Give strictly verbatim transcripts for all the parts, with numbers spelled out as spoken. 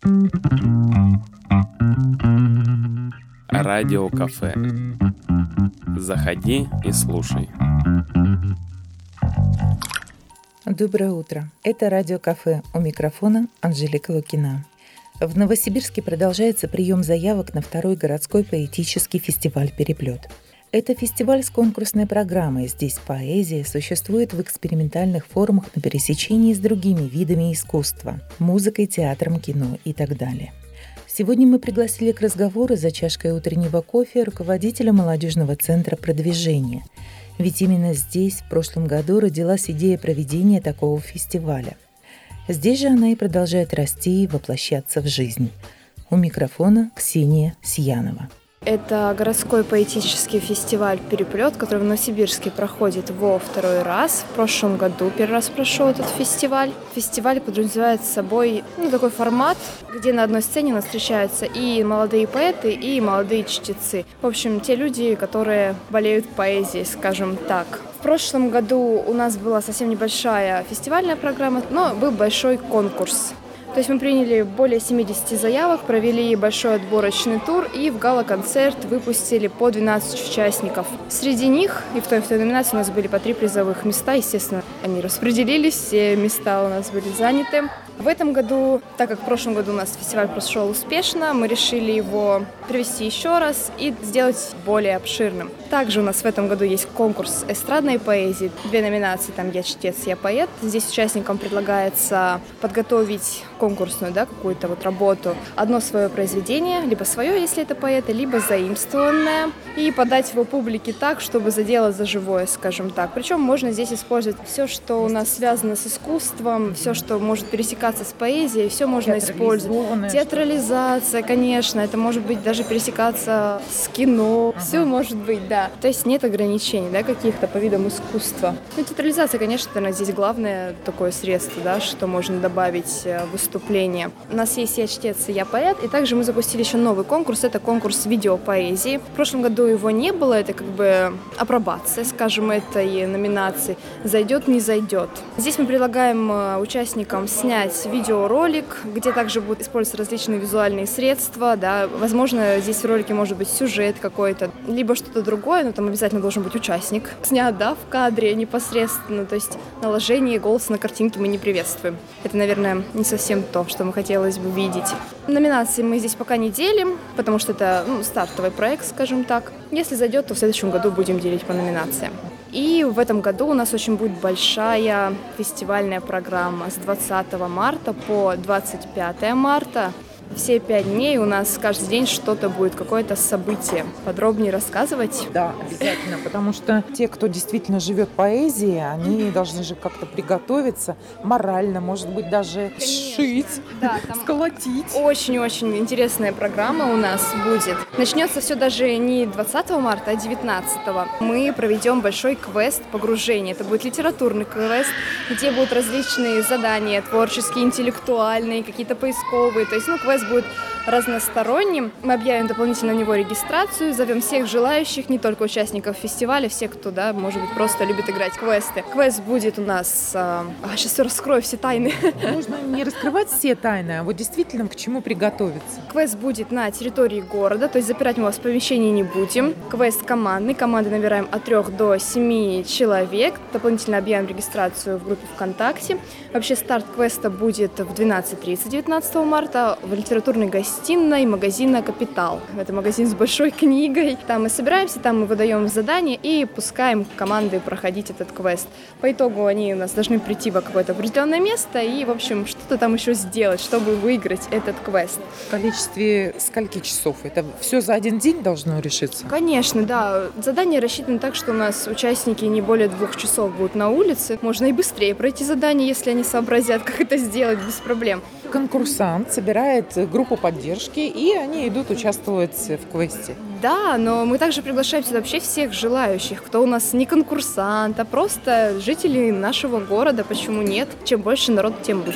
Радиокафе. Заходи и слушай. Доброе утро. Это Радиокафе. У микрофона Анжелика Лукина. В Новосибирске продолжается прием заявок на второй городской поэтический фестиваль «Переплет». Это фестиваль с конкурсной программой. Здесь поэзия существует в экспериментальных формах на пересечении с другими видами искусства – музыкой, театром, кино и так далее. Сегодня мы пригласили к разговору за чашкой утреннего кофе руководителя молодежного центра продвижения. Ведь именно здесь в прошлом году родилась идея проведения такого фестиваля. Здесь же она и продолжает расти и воплощаться в жизнь. У микрофона Ксения Сиянова. Это городской поэтический фестиваль «Переплет», который в Новосибирске проходит во второй раз. В прошлом году первый раз прошел этот фестиваль. Фестиваль подразумевает собой ну, такой формат, где на одной сцене у нас встречаются и молодые поэты, и молодые чтецы. В общем, те люди, которые болеют поэзией, скажем так. В прошлом году у нас была совсем небольшая фестивальная программа, но был большой конкурс. То есть мы приняли более семьдесят заявок, провели большой отборочный тур и в гала-концерт выпустили по двенадцать участников. Среди них и в той и в той номинации у нас были по три призовых места. Естественно, они распределились, все места у нас были заняты. В этом году, так как в прошлом году у нас фестиваль прошел успешно, мы решили его провести еще раз и сделать более обширным. Также у нас в этом году есть конкурс эстрадной поэзии. Две номинации, там «Я чтец, я поэт». Здесь участникам предлагается подготовить конкурсную, да, какую-то вот работу, одно свое произведение, либо свое, если это поэта, либо заимствованное, и подать его публике так, чтобы задело за живое, скажем так. Причем можно здесь использовать все, что у нас связано с искусством, все, что может пересекаться с поэзией, все можно использовать. Театрализация, конечно, это может быть даже пересекаться с кино, ага. Все может быть, да. То есть нет ограничений, да, каких-то по видам искусства. Ну, театрализация, конечно, наверное, здесь главное такое средство, да, что можно добавить в выступление. У нас есть «Я чтец, я поэт», и также мы запустили еще новый конкурс, это конкурс видеопоэзии. В прошлом году его не было, это как бы апробация, скажем, этой номинации. Зайдет, не зайдет. Здесь мы предлагаем участникам снять видеоролик, где также будут использоваться различные визуальные средства, да. Возможно, здесь в ролике может быть сюжет какой-то, либо что-то другое, но там обязательно должен быть участник. Снят, да, в кадре непосредственно, то есть наложение голоса на картинки мы не приветствуем. Это, наверное, не совсем то, что мы хотелось бы видеть. Номинации мы здесь пока не делим, потому что это ну, стартовый проект, скажем так. Если зайдет, то в следующем году будем делить по номинациям. И в этом году у нас очень будет большая фестивальная программа с двадцатого марта по двадцать пятого марта. Все пять дней у нас каждый день что-то будет, какое-то событие. Подробнее рассказывать? Да, обязательно, потому что те, кто действительно живет поэзией, они должны же как-то приготовиться морально, может быть, даже сшить, да, сколотить. Очень-очень интересная программа у нас будет. Начнется все даже не двадцатого марта, а девятнадцатого. Мы проведем большой квест погружения. Это будет литературный квест, где будут различные задания, творческие, интеллектуальные, какие-то поисковые. То есть, ну, квест будет разносторонним. Мы объявим дополнительно на него регистрацию, зовем всех желающих, не только участников фестиваля, всех, кто, да, может быть, просто любит играть в квесты. Квест будет у нас... А, сейчас все раскрою, все тайны. Нужно не раскрывать все тайны, а вот действительно к чему приготовиться. Квест будет на территории города, то есть запирать мы вас в помещении не будем. Квест командный. Команды набираем от трех до семи человек. Дополнительно объявим регистрацию в группе ВКонтакте. Вообще старт квеста будет в двенадцать тридцать девятнадцатого марта в литературной гостиной магазина «Капитал». Это магазин с большой книгой. Там мы собираемся, там мы выдаем задания и пускаем команды проходить этот квест. По итогу они у нас должны прийти в какое-то определенное место и, в общем, что-то там еще сделать, чтобы выиграть этот квест. В количестве скольки часов? Это все за один день должно решиться? Конечно, да. Задание рассчитано так, что у нас участники не более двух часов будут на улице. Можно и быстрее пройти задание, если они сообразят, как это сделать без проблем. Конкурсант собирает группу поддержки, и они идут участвовать в квесте. Да, но мы также приглашаем сюда вообще всех желающих, кто у нас не конкурсант, а просто жители нашего города, почему нет? Чем больше народ, тем лучше.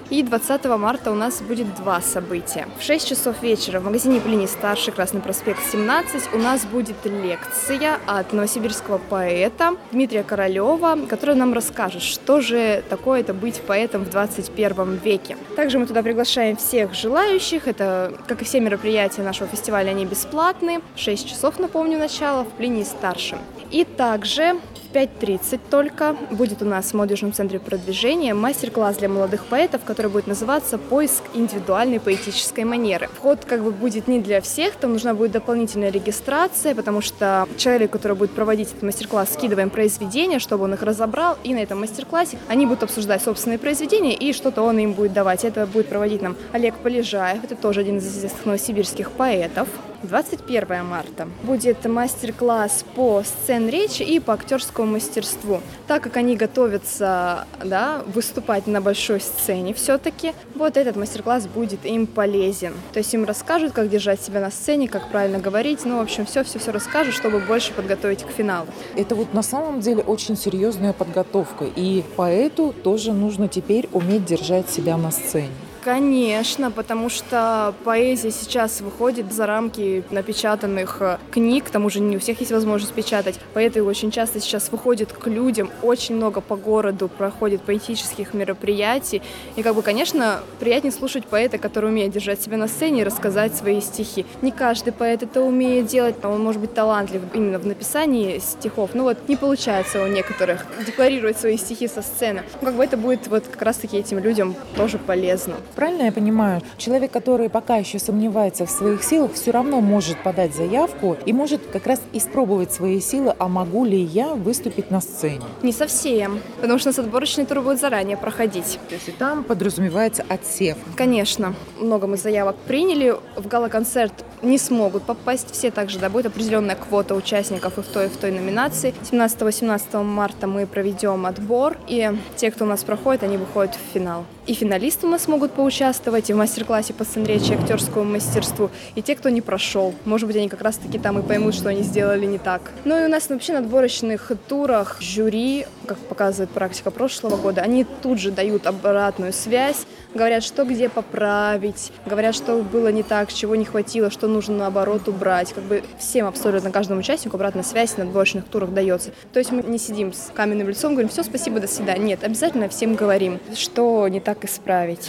И двадцатого марта у нас будет два события. В шесть часов вечера в магазине Плиний-старший, Красный проспект, семнадцать, у нас будет лекция от новосибирского поэта Дмитрия Королева, который нам расскажет, что же такое это быть поэтом в двадцать первом веке. Также мы туда приглашаем всех желающих. Это, как и все мероприятия нашего фестиваля, они бесплатны. В шесть часов, напомню, начало в Плиний-старшем. И также в пять тридцать только будет у нас в молодежном центре продвижения мастер-класс для молодых поэтов, который будет называться «Поиск индивидуальной поэтической манеры». Вход как бы будет не для всех, там нужна будет дополнительная регистрация, потому что человек, который будет проводить этот мастер-класс, скидываем произведения, чтобы он их разобрал, и на этом мастер-классе они будут обсуждать собственные произведения, и что-то он им будет давать. Это будет проводить нам Олег Полежаев, это тоже один из известных новосибирских поэтов. двадцать первого марта будет мастер-класс по сцен-речи и по актерскому мастерству. Так как они готовятся, да, выступать на большой сцене все-таки, вот этот мастер-класс будет им полезен. То есть им расскажут, как держать себя на сцене, как правильно говорить, ну, в общем, все-все-все расскажут, чтобы больше подготовить к финалу. Это вот на самом деле очень серьезная подготовка, и поэту тоже нужно теперь уметь держать себя на сцене. Конечно, потому что поэзия сейчас выходит за рамки напечатанных книг, к тому же не у всех есть возможность печатать. Поэты очень часто сейчас выходят к людям, очень много по городу проходит поэтических мероприятий. И, как бы, конечно, приятнее слушать поэта, который умеет держать себя на сцене и рассказать свои стихи. Не каждый поэт это умеет делать, он может быть талантлив именно в написании стихов. Ну вот не получается у некоторых декларировать свои стихи со сцены. Ну, как бы это будет вот как раз-таки этим людям тоже полезно. Правильно я понимаю, человек, который пока еще сомневается в своих силах, все равно может подать заявку и может как раз испробовать свои силы, а могу ли я выступить на сцене? Не совсем, потому что у нас отборочный тур будет заранее проходить. То есть и там подразумевается отсев. Конечно, много мы заявок приняли. В гала-концерт не смогут попасть все, также да, будет определенная квота участников и в той, и в той номинации. семнадцатого-восемнадцатого марта мы проведем отбор, и те, кто у нас проходит, они выходят в финал. И финалисты у нас могут поучаствовать и в мастер-классе по сцен-речи и актерскому мастерству, и те, кто не прошел. Может быть, они как раз-таки там и поймут, что они сделали не так. Ну и у нас вообще на отборочных турах жюри, как показывает практика прошлого года, они тут же дают обратную связь, говорят, что где поправить, говорят, что было не так, чего не хватило, что нужно наоборот убрать. Как бы всем абсолютно каждому участнику обратная связь на отборочных турах дается. То есть мы не сидим с каменным лицом, говорим, все, спасибо, до свидания. Нет, обязательно всем говорим, что не так исправить.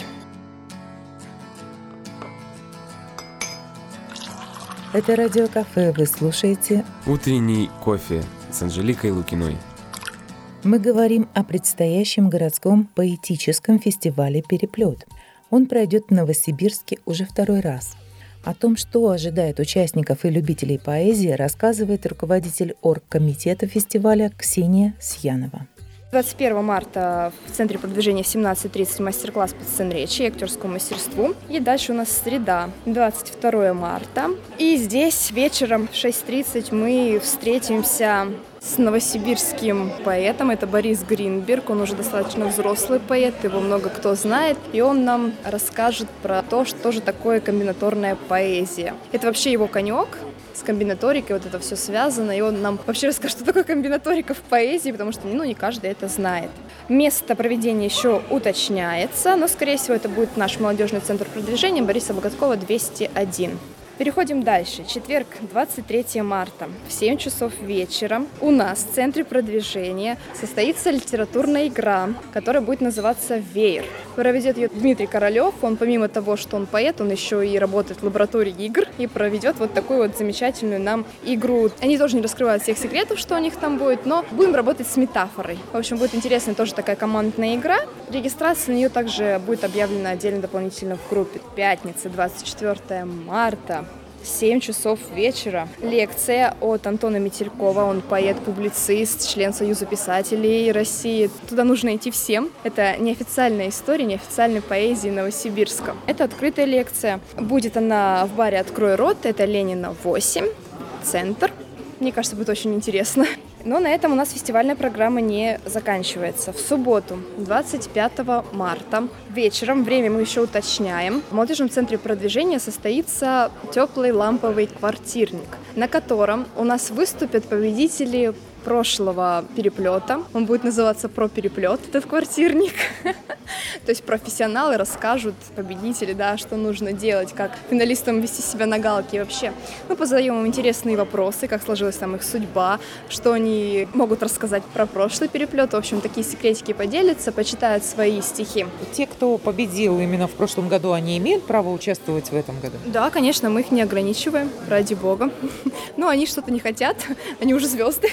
Это радиокафе, вы слушаете Утренний кофе с Анжеликой Лукиной. Мы говорим о предстоящем городском поэтическом фестивале «Переплет». Он пройдет в Новосибирске уже второй раз. О том, что ожидает участников и любителей поэзии, рассказывает руководитель оргкомитета фестиваля Ксения Сьянова. двадцать первого марта в Центре продвижения в семнадцать тридцать мастер-класс по сцен-речи и актерскому мастерству. И дальше у нас среда, двадцать второго марта. И здесь вечером в шесть тридцать мы встретимся с новосибирским поэтом. Это Борис Гринберг. Он уже достаточно взрослый поэт, его много кто знает. И он нам расскажет про то, что же такое комбинаторная поэзия. Это вообще его конек. С комбинаторикой вот это все связано, и он нам вообще расскажет, что такое комбинаторика в поэзии, потому что ну, не каждый это знает. Место проведения еще уточняется, но, скорее всего, это будет наш молодежный центр продвижения Бориса Богаткова, двести один. Переходим дальше. Четверг, двадцать третьего марта, в семь часов вечера у нас в Центре продвижения состоится литературная игра, которая будет называться «Веер». Проведет ее Дмитрий Королев. Он, помимо того, что он поэт, он еще и работает в лаборатории игр и проведет вот такую вот замечательную нам игру. Они тоже не раскрывают всех секретов, что у них там будет, но будем работать с метафорой. В общем, будет интересная тоже такая командная игра. Регистрация на нее также будет объявлена отдельно дополнительно в группе. Пятница, двадцать четвёртого марта. семь часов вечера. Лекция от Антона Метелькова. Он поэт-публицист, член Союза писателей России. Туда нужно идти всем. Это неофициальная история неофициальной поэзии Новосибирска. Это открытая лекция. Будет она в баре «Открой рот». Это Ленина, восемь. Центр. Мне кажется, будет очень интересно. Но на этом у нас фестивальная программа не заканчивается. В субботу, двадцать пятого марта, вечером, время мы еще уточняем, в молодежном центре продвижения состоится теплый ламповый квартирник, на котором у нас выступят победители прошлого переплета. Он будет называться «Про переплет», этот квартирник. То есть профессионалы расскажут, победители, да, что нужно делать, как финалистам вести себя на галке и вообще. Мы позадаем им интересные вопросы, как сложилась там их судьба, что они могут рассказать про прошлый переплет. В общем, такие секретики поделятся, почитают свои стихи. Те, кто победил именно в прошлом году, они имеют право участвовать в этом году? Да, конечно, мы их не ограничиваем, ради бога. Но они что-то не хотят, они уже звезды.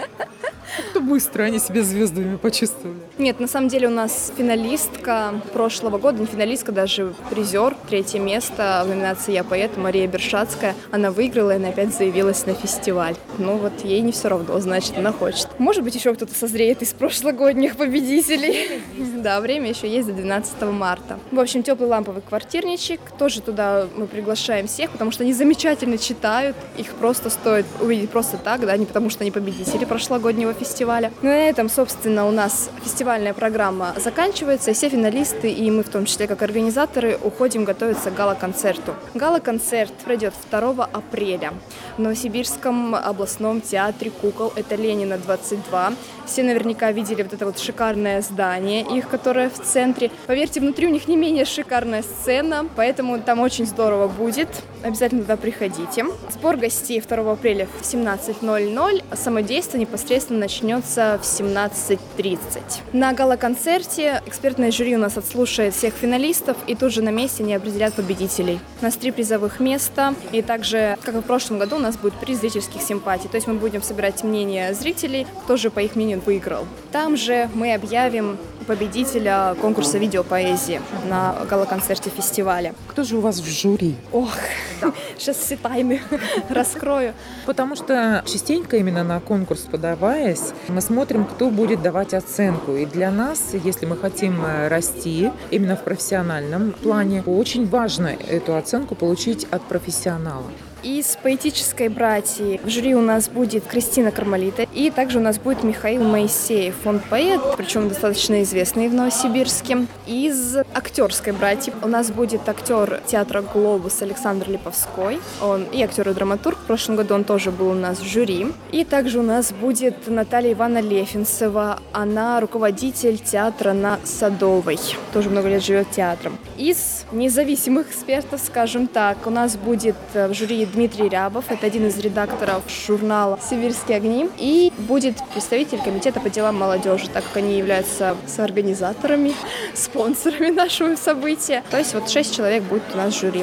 Как-то быстро они себя звездами почувствовали. Нет, на самом деле у нас финалистка прошлого года, не финалистка, даже призер, третье место в номинации «Я поэт» Мария Бершацкая. Она выиграла, и она опять заявилась на фестиваль. Ну вот ей не все равно, значит, она хочет. Может быть, еще кто-то созреет из прошлогодних победителей. Да, время еще есть до двенадцатого марта. В общем, теплый ламповый квартирничек. Тоже туда мы приглашаем всех, потому что они замечательно читают. Их просто стоит увидеть просто так, да, не потому что они победители прошлогоднего фестиваля. Ну, на этом, собственно, у нас фестивальная программа заканчивается, и все финалисты, и мы в том числе как организаторы, уходим готовиться к гала-концерту. Гала-концерт пройдет второго апреля в Новосибирском областном театре кукол. Это Ленина, двадцать два. Все наверняка видели вот это вот шикарное здание их, которое в центре. Поверьте, внутри у них не менее шикарная сцена, поэтому там очень здорово будет. Обязательно туда приходите. Сбор гостей второго апреля в семнадцать ноль ноль, а само действие непосредственно начнется в семнадцать тридцать. На гала-концерте экспертное жюри у нас отслушает всех финалистов, и тут же на месте они определят победителей. У нас три призовых места, и также, как и в прошлом году, у нас будет приз зрительских симпатий. То есть мы будем собирать мнение зрителей, кто же, по их мнению, выиграл. Там же мы объявим победителя конкурса видеопоэзии на гала-концерте фестиваля. Кто же у вас в жюри? Ох, да. Сейчас все тайны раскрою. Потому что частенько именно на конкурс подаваясь, мы смотрим, кто будет давать оценку. И для нас, если мы хотим расти именно в профессиональном плане, очень важно эту оценку получить от профессионала. Из поэтической братьи в жюри у нас будет Кристина Кармалита, и также у нас будет Михаил Моисеев. Он поэт, причем достаточно известный в Новосибирске. Из актерской братьи у нас будет актер театра «Глобус» Александр Липовской. Он и актер, и драматург. В прошлом году он тоже был у нас в жюри. И также у нас будет Наталья Ивановна Лефинцева. Она руководитель театра на Садовой. Тоже много лет живет театром. Из независимых экспертов, скажем так, у нас будет в жюри Дмитрий Рябов, это один из редакторов журнала «Сибирские огни», и будет представитель комитета по делам молодежи, так как они являются соорганизаторами, спонсорами нашего события. То есть вот шесть человек будет у нас в жюри.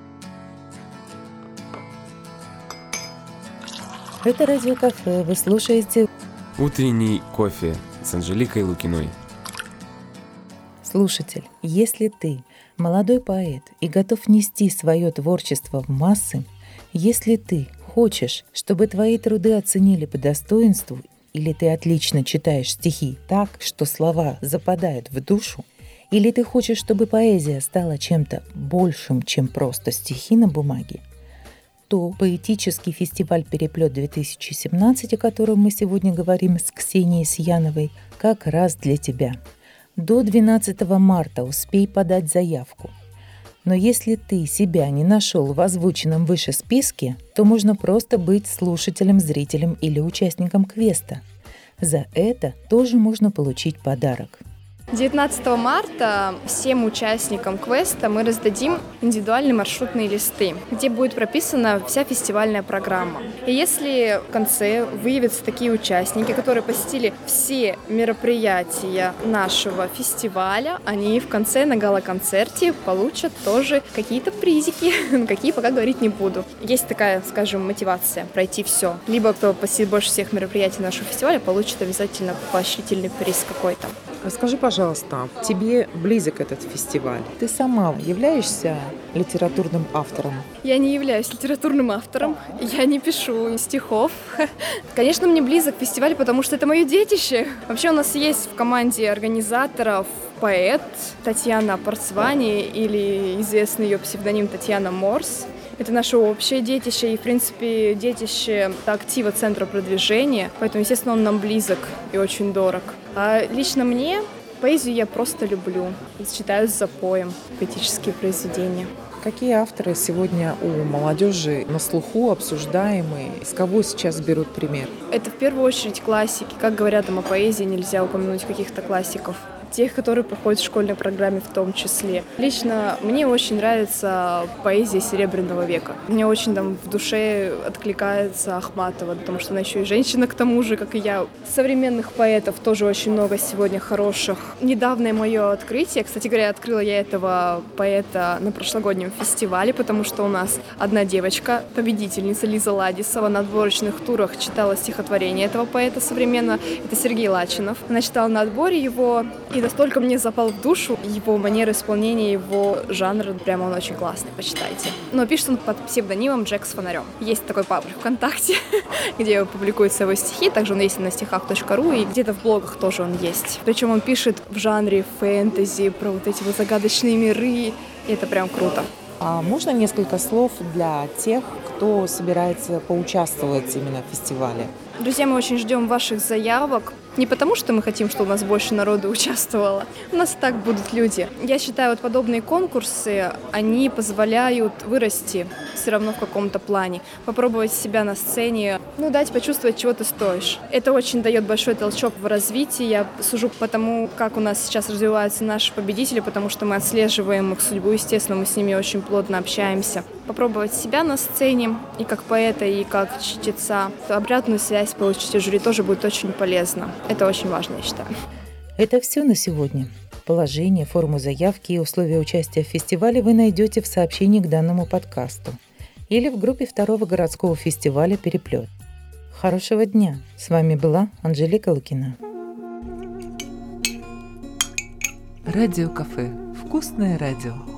Это радиокафе. Вы слушаете Утренний кофе с Анжеликой Лукиной. Слушатель, если ты молодой поэт и готов нести свое творчество в массы, если ты хочешь, чтобы твои труды оценили по достоинству, или ты отлично читаешь стихи так, что слова западают в душу, или ты хочешь, чтобы поэзия стала чем-то большим, чем просто стихи на бумаге, то поэтический фестиваль «Переплет-две тысячи семнадцать», о котором мы сегодня говорим с Ксенией Сияновой, как раз для тебя. До двенадцатого марта успей подать заявку. Но если ты себя не нашел в озвученном выше списке, то можно просто быть слушателем, зрителем или участником квеста. За это тоже можно получить подарок. девятнадцатого марта всем участникам квеста мы раздадим индивидуальные маршрутные листы, где будет прописана вся фестивальная программа. И если в конце выявятся такие участники, которые посетили все мероприятия нашего фестиваля, они в конце на гала-концерте получат тоже какие-то призики, какие пока говорить не буду. Есть такая, скажем, мотивация пройти все. Либо кто посетит больше всех мероприятий нашего фестиваля, получит обязательно поощрительный приз какой-то. Скажи, пожалуйста, тебе близок этот фестиваль? Ты сама являешься литературным автором? Я не являюсь литературным автором, я не пишу стихов. Конечно, мне близок фестиваль, потому что это мое детище. Вообще у нас есть в команде организаторов поэт Татьяна Парцвани, или известный ее псевдоним Татьяна Морс. Это наше общее детище и, в принципе, детище актива Центра продвижения, поэтому, естественно, он нам близок и очень дорог. А лично мне Поэзию я просто люблю. Читаю с запоем поэтические произведения. Какие авторы сегодня у молодежи на слуху, обсуждаемые? С кого сейчас берут пример? Это в первую очередь классики. Как говорят там о поэзии, нельзя упомянуть каких-то классиков. Тех, которые проходят в школьной программе в том числе. Лично мне очень нравится поэзия Серебряного века. Мне очень там в душе откликается Ахматова, потому что она еще и женщина к тому же, как и я. Современных поэтов тоже очень много сегодня хороших. Недавнее мое открытие, кстати говоря, открыла я этого поэта на прошлогоднем фестивале, потому что у нас одна девочка, победительница Лиза Ладисова, на отборочных турах читала стихотворение этого поэта современно. Это Сергей Лачинов. Она читала на отборе его, и настолько мне запал в душу его манера исполнения, его жанр. Прямо он очень классный, почитайте. Но пишет он под псевдонимом Джек с фонарем. Есть такой паблик ВКонтакте, где публикуются его стихи. Также он есть на стихах точка ру, и где-то в блогах тоже он есть. Причем он пишет в жанре фэнтези, про вот эти вот загадочные миры. И это прям круто. А можно несколько слов для тех, кто собирается поучаствовать именно в фестивале? Друзья, мы очень ждем ваших заявок. Не потому, что мы хотим, чтобы у нас больше народу участвовало. У нас и так будут люди. Я считаю, вот подобные конкурсы, они позволяют вырасти все равно в каком-то плане. Попробовать себя на сцене, ну, дать почувствовать, чего ты стоишь. Это очень дает большой толчок в развитии. Я сужу по тому, как у нас сейчас развиваются наши победители, потому что мы отслеживаем их судьбу, естественно, мы с ними очень плотно общаемся. Попробовать себя на сцене и как поэта, и как чтеца. Обратную связь получить от жюри тоже будет очень полезно. Это очень важно, я считаю. Это все на сегодня. Положение, форму заявки и условия участия в фестивале вы найдете в сообщении к данному подкасту или в группе второго городского фестиваля «Переплет». Хорошего дня! С вами была Анжелика Лукина. Радио Кафе. Вкусное радио.